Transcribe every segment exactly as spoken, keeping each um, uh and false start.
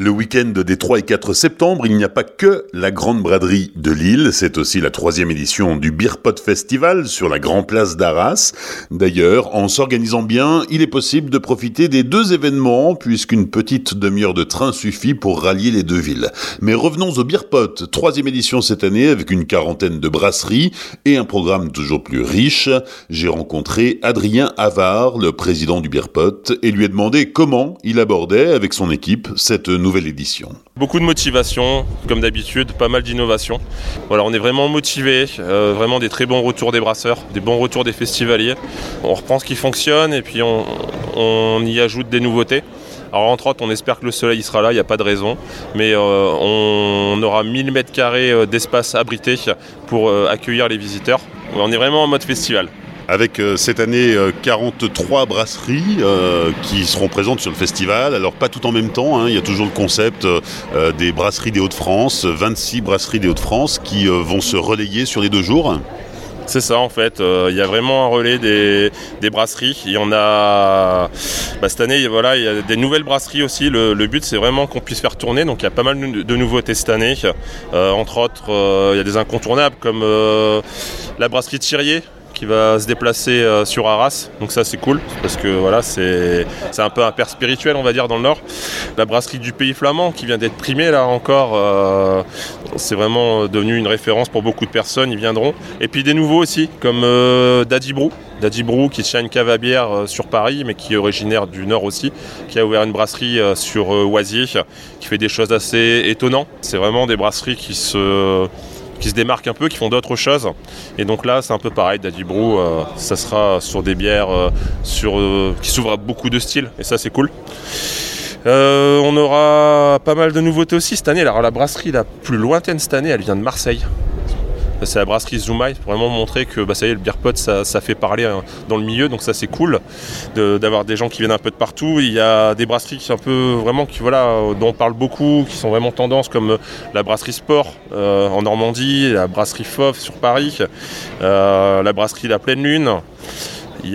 Le week-end des trois et quatre septembre, il n'y a pas que la Grande Braderie de Lille, c'est aussi la troisième édition du Beer Pot Festival sur la Grand Place d'Arras. D'ailleurs, en s'organisant bien, il est possible de profiter des deux événements, puisqu'une petite demi-heure de train suffit pour rallier les deux villes. Mais revenons au Beer Pot, troisième édition cette année avec une quarantaine de brasseries et un programme toujours plus riche. J'ai rencontré Adrien Havard, le président du Beer Pot, et lui ai demandé comment il abordait avec son équipe cette nouvelle édition. Beaucoup de motivation, comme d'habitude, pas mal d'innovation. Voilà, on est vraiment motivés, euh, vraiment des très bons retours des brasseurs, des bons retours des festivaliers. On reprend ce qui fonctionne et puis on, on y ajoute des nouveautés. Alors entre autres, on espère que le soleil sera là, il n'y a pas de raison, mais euh, on aura mille mètres carrés d'espace abrité pour euh, accueillir les visiteurs. On est vraiment en mode festival. Avec euh, cette année euh, quarante-trois brasseries euh, qui seront présentes sur le festival. Alors pas tout en même temps, hein, il y a toujours le concept euh, des brasseries des Hauts-de-France, vingt-six brasseries des Hauts-de-France qui euh, vont se relayer sur les deux jours. C'est ça en fait, euh, il y a vraiment un relais des, des brasseries. Il y en a bah, cette année, voilà, il y a des nouvelles brasseries aussi. Le, le but c'est vraiment qu'on puisse faire tourner, donc il y a pas mal de, de nouveautés cette année. Euh, entre autres, euh, il y a des incontournables comme euh, la brasserie Thirier qui va se déplacer euh, sur Arras, donc ça c'est cool parce que voilà, c'est, c'est un peu un père spirituel on va dire dans le Nord. La brasserie du Pays Flamand qui vient d'être primée là encore, euh, c'est vraiment devenu une référence pour beaucoup de personnes, ils viendront. Et puis des nouveaux aussi comme euh, Daddy Brew, Daddy Brew qui tient une cave à bière euh, sur Paris mais qui est originaire du Nord aussi, qui a ouvert une brasserie euh, sur euh, Oisier, qui fait des choses assez étonnantes. C'est vraiment des brasseries qui se... qui se démarquent un peu, qui font d'autres choses. Et donc là, c'est un peu pareil, Daddy Brew, euh, ça sera sur des bières euh, sur, euh, qui s'ouvrent à beaucoup de styles, et ça, c'est cool. Euh, on aura pas mal de nouveautés aussi cette année. Alors la brasserie la plus lointaine cette année, elle vient de Marseille. C'est la brasserie Zoumaï, pour vraiment montrer que bah, ça y est, le beer pot, ça, ça fait parler hein, dans le milieu, donc ça c'est cool de, d'avoir des gens qui viennent un peu de partout. Il y a des brasseries qui sont un peu vraiment, qui, voilà, dont on parle beaucoup, qui sont vraiment tendance, comme la brasserie Sport euh, en Normandie, la brasserie Fauve sur Paris, euh, la brasserie La Pleine Lune. Il y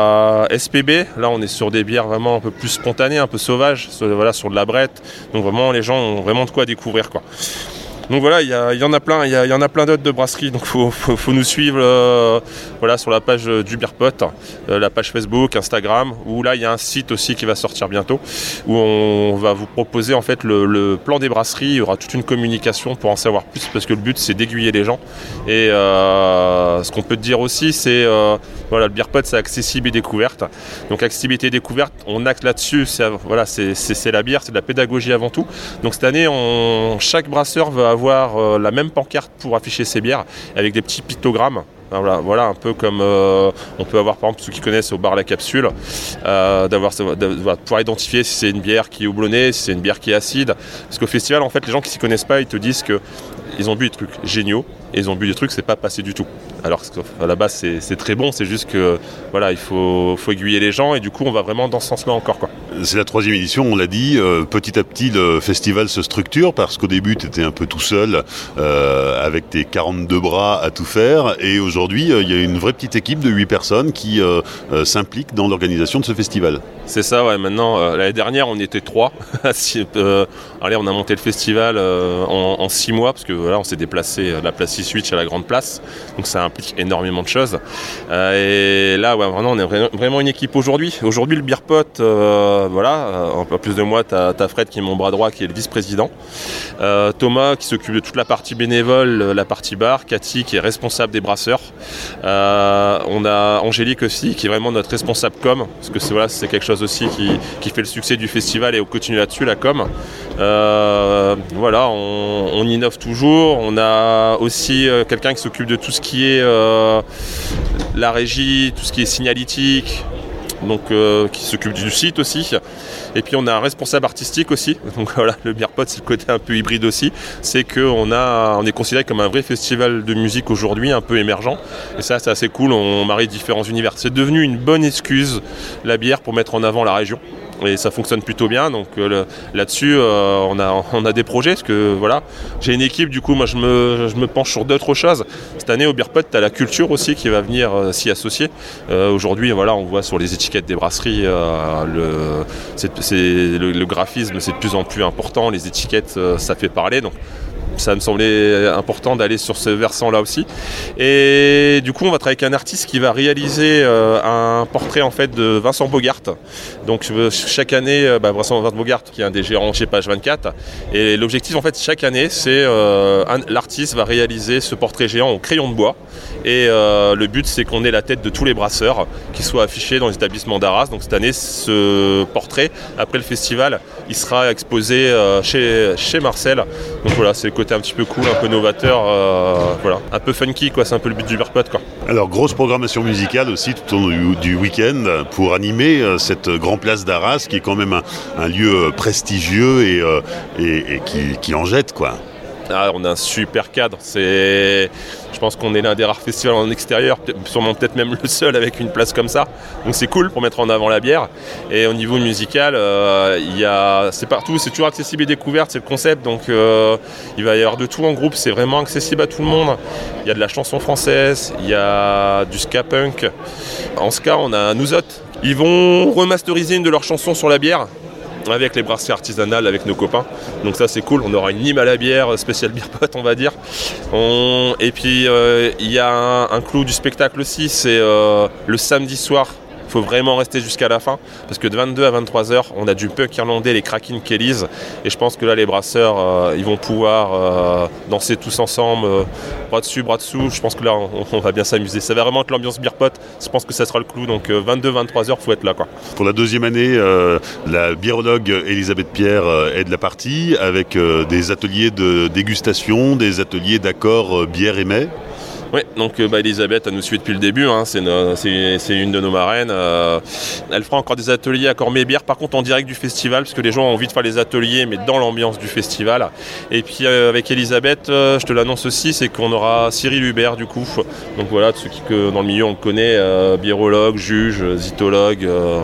a S P B, là on est sur des bières vraiment un peu plus spontanées, un peu sauvages, sur, voilà, sur de la brette, donc vraiment les gens ont vraiment de quoi découvrir quoi. Donc voilà, il y, y en a plein, il y, y en a plein d'autres de brasseries, donc faut, faut, faut nous suivre euh, voilà, sur la page du Beer Pot, euh, la page Facebook, Instagram, où là il y a un site aussi qui va sortir bientôt, où on va vous proposer en fait le, le plan des brasseries. Il y aura toute une communication pour en savoir plus, parce que le but c'est d'aiguiller les gens. Et euh, ce qu'on peut te dire aussi, c'est euh, voilà, le Beer Pot c'est accessible et découverte. Donc accessibilité et découverte, on axe là-dessus, c'est, voilà, c'est, c'est, c'est la bière, c'est de la pédagogie avant tout. Donc cette année, on, chaque brasseur va avoir avoir euh, la même pancarte pour afficher ses bières avec des petits pictogrammes. Voilà, voilà, un peu comme euh, on peut avoir par exemple ceux qui connaissent au bar La Capsule, euh, d'avoir, de, de, de pouvoir identifier si c'est une bière qui est houblonnée, si c'est une bière qui est acide. Parce qu'au festival, en fait, les gens qui s'y connaissent pas, ils te disent que ils ont bu des trucs géniaux et ils ont bu des trucs c'est pas passé du tout. Alors à la base c'est, c'est très bon, c'est juste que voilà, il faut, faut aiguiller les gens et du coup on va vraiment dans ce sens-là encore quoi. C'est la troisième édition, on l'a dit, euh, petit à petit le festival se structure parce qu'au début tu étais un peu tout seul euh, avec tes quarante-deux bras à tout faire et aujourd'hui il euh, y a une vraie petite équipe de huit personnes qui euh, euh, s'impliquent dans l'organisation de ce festival. C'est ça, ouais, maintenant euh, l'année dernière on était trois. euh, allez, on a monté le festival euh, en, en six mois parce que voilà, on s'est déplacé de la place six huit à la Grande Place, donc ça implique énormément de choses. Euh, et là, ouais, vraiment, on est vraiment une équipe aujourd'hui. Aujourd'hui, le Beer Pot, euh, voilà, euh, en plus de moi, t'as, t'as Fred qui est mon bras droit, qui est le vice-président. Euh, Thomas qui s'occupe de toute la partie bénévole, la partie bar. Cathy qui est responsable des brasseurs. Euh, on a Angélique aussi qui est vraiment notre responsable com, parce que c'est, voilà, c'est quelque chose aussi qui, qui fait le succès du festival et on continue là-dessus, la com. Euh, voilà, on, on innove toujours. On a aussi euh, quelqu'un qui s'occupe de tout ce qui est euh, la régie, tout ce qui est signalétique, donc euh, qui s'occupe du site aussi. Et puis on a un responsable artistique aussi. Donc voilà, le Beer Pot c'est le côté un peu hybride aussi. C'est qu'on a, on est considéré comme un vrai festival de musique aujourd'hui, un peu émergent. Et ça c'est assez cool, on marie différents univers. C'est devenu une bonne excuse, la bière, pour mettre en avant la région. et ça fonctionne plutôt bien. Donc euh, le, là-dessus, euh, on, a, on a des projets. Parce que voilà, j'ai une équipe, du coup, moi je me, je me penche sur d'autres choses. Cette année, au Beer Pot, tu as la culture aussi qui va venir euh, s'y associer. Euh, aujourd'hui, voilà, on voit sur les étiquettes des brasseries, euh, le, c'est, c'est, le, le graphisme, c'est de plus en plus important. Les étiquettes, euh, ça fait parler. Donc, ça me semblait important d'aller sur ce versant-là aussi. Et du coup, on va travailler avec un artiste qui va réaliser euh, un portrait en fait de Vincent Bogart. Donc euh, chaque année, euh, bah, Vincent Bogart qui est un des gérants chez Page vingt-quatre. Et l'objectif en fait chaque année, c'est euh, un, l'artiste va réaliser ce portrait géant au crayon de bois. Et euh, le but, c'est qu'on ait la tête de tous les brasseurs qui soient affichés dans les établissements d'Arras. Donc cette année, ce portrait, après le festival, il sera exposé euh, chez, chez Marcel. Donc voilà, c'est le côté un petit peu cool, un peu novateur, euh, voilà, un peu funky, quoi. C'est un peu le but du Beer Pot, quoi. Alors, grosse programmation musicale aussi tout au long du week-end pour animer euh, cette grand place d'Arras qui est quand même un, un lieu prestigieux et, euh, et, et qui, qui en jette, quoi. Ah, on a un super cadre. C'est... Je pense qu'on est l'un des rares festivals en extérieur, sûrement peut-être même le seul avec une place comme ça. Donc c'est cool pour mettre en avant la bière. Et au niveau musical, euh, y a... c'est partout, c'est toujours accessible et découverte, c'est le concept. Donc euh, il va y avoir de tout en groupe, c'est vraiment accessible à tout le monde. Il y a de la chanson française, il y a du ska punk. En ska, on a Nouzot. Ils vont remasteriser une de leurs chansons sur la bière, avec les brasseries artisanales, avec nos copains. Donc ça c'est cool, on aura une hymne à la bière, spécial Beer Pot on va dire. On... Et puis il euh, y a un, un clou du spectacle aussi, c'est euh, le samedi soir. Il faut vraiment rester jusqu'à la fin, parce que de vingt-deux à vingt-trois heures, on a du punk irlandais, les Kraken Kellys, et je pense que là, les brasseurs, euh, ils vont pouvoir euh, danser tous ensemble, euh, bras dessus, bras dessous. Je pense que là, on, on va bien s'amuser. Ça va vraiment être l'ambiance Beer Pot. Je pense que ça sera le clou. Donc euh, vingt-deux à vingt-trois heures, il faut être là, quoi. Pour la deuxième année, euh, la biérologue Elisabeth Pierre euh, est de la partie, avec euh, des ateliers de dégustation, des ateliers d'accords euh, bière et mets. Oui, donc euh, bah, Elisabeth, elle nous suit depuis le début, hein, c'est, no, c'est, c'est une de nos marraines. Euh, elle fera encore des ateliers à Cormier-Bière, par contre en direct du festival, parce que les gens ont envie de faire les ateliers, mais dans l'ambiance du festival. Et puis euh, avec Elisabeth, euh, je te l'annonce aussi, c'est qu'on aura Cyril Hubert du coup. Donc voilà, ceux qui que dans le milieu on le connaît, euh, biérologue, juge, zytologue. Euh,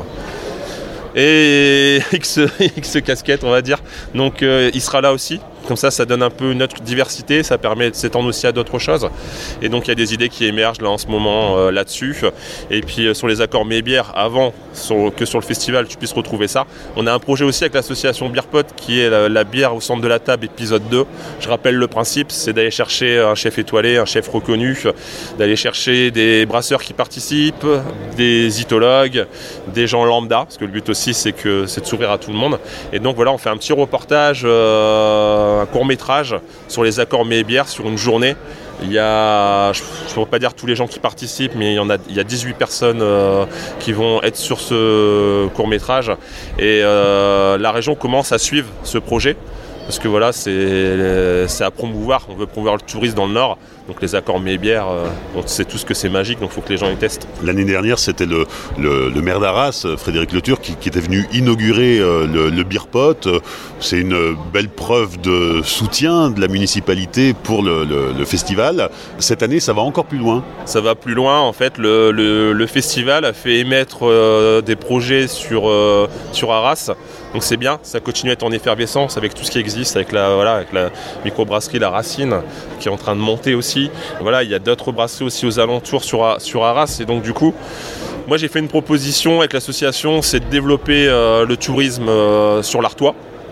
et X, X casquette on va dire. Donc euh, il sera là aussi. Comme ça, ça donne un peu une autre diversité, ça permet de s'étendre aussi à d'autres choses. Et donc, il y a des idées qui émergent là en ce moment euh, là-dessus. Et puis, euh, sur les accords mets-bières, avant sur, que sur le festival, tu puisses retrouver ça. On a un projet aussi avec l'association Beer Pot, qui est la, la bière au centre de la table, épisode deux. Je rappelle le principe, c'est d'aller chercher un chef étoilé, un chef reconnu, d'aller chercher des brasseurs qui participent, des zytologues, des gens lambda, parce que le but aussi, c'est, que, c'est de s'ouvrir à tout le monde. Et donc, voilà, on fait un petit reportage... Euh, un court-métrage sur les accords mets et bières sur une journée. Il y a, je ne pourrais pas dire tous les gens qui participent, mais il y en a, il y a dix-huit personnes euh, qui vont être sur ce court-métrage. Et euh, la région commence à suivre ce projet. Parce que voilà, c'est, c'est à promouvoir. On veut promouvoir le tourisme dans le Nord. Donc les accords mets et bières, euh, on sait tous que c'est magique, donc il faut que les gens y testent. L'année dernière, c'était le, le, le maire d'Arras, Frédéric Le Turc, qui, qui était venu inaugurer euh, le, le Beer Pot. C'est une belle preuve de soutien de la municipalité pour le, le, le festival. Cette année, ça va encore plus loin. Ça va plus loin. En fait, le, le, le festival a fait émettre euh, des projets sur, euh, sur Arras. Donc c'est bien, ça continue à être en effervescence avec tout ce qui existe, avec la, voilà, avec la microbrasserie La Racine qui est en train de monter aussi. Voilà, il y a d'autres brasseries aussi aux alentours sur, sur Arras. Et donc du coup, moi j'ai fait une proposition avec l'association, c'est de développer euh, le tourisme euh, sur l'Artois.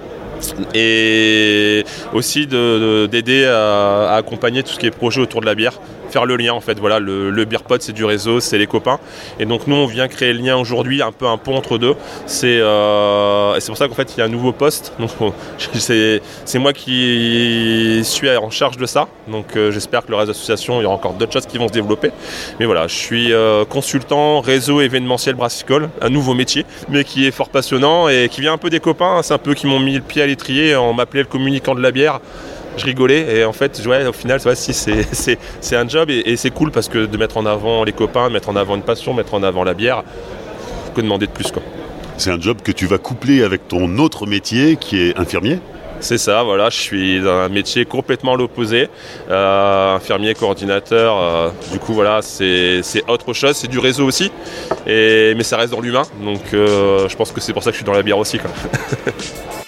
Et aussi de, de, d'aider à, à accompagner tout ce qui est projet autour de la bière, faire le lien en fait, voilà, le, le Beer Pot c'est du réseau, c'est les copains, et donc nous on vient créer le lien aujourd'hui, un peu un pont entre deux, c'est, euh, et c'est pour ça qu'en fait il y a un nouveau poste, donc c'est, c'est moi qui suis en charge de ça, donc euh, j'espère que le reste de l'association, il y aura encore d'autres choses qui vont se développer, mais voilà, je suis euh, consultant réseau événementiel brassicole, un nouveau métier, mais qui est fort passionnant et qui vient un peu des copains, c'est un peu qui m'ont mis le pied à l'étrier, on m'appelait le communicant de la bière. Je rigolais et en fait, ouais, au final, ouais, si, c'est, c'est, c'est un job et, et c'est cool parce que de mettre en avant les copains, de mettre en avant une passion, mettre en avant la bière, que demander de plus, quoi. C'est un job que tu vas coupler avec ton autre métier qui est infirmier ? C'est ça, voilà, je suis dans un métier complètement à l'opposé, euh, infirmier, coordinateur, euh, du coup voilà, c'est, c'est autre chose, c'est du réseau aussi, et, mais ça reste dans l'humain, donc euh, je pense que c'est pour ça que je suis dans la bière aussi, quoi.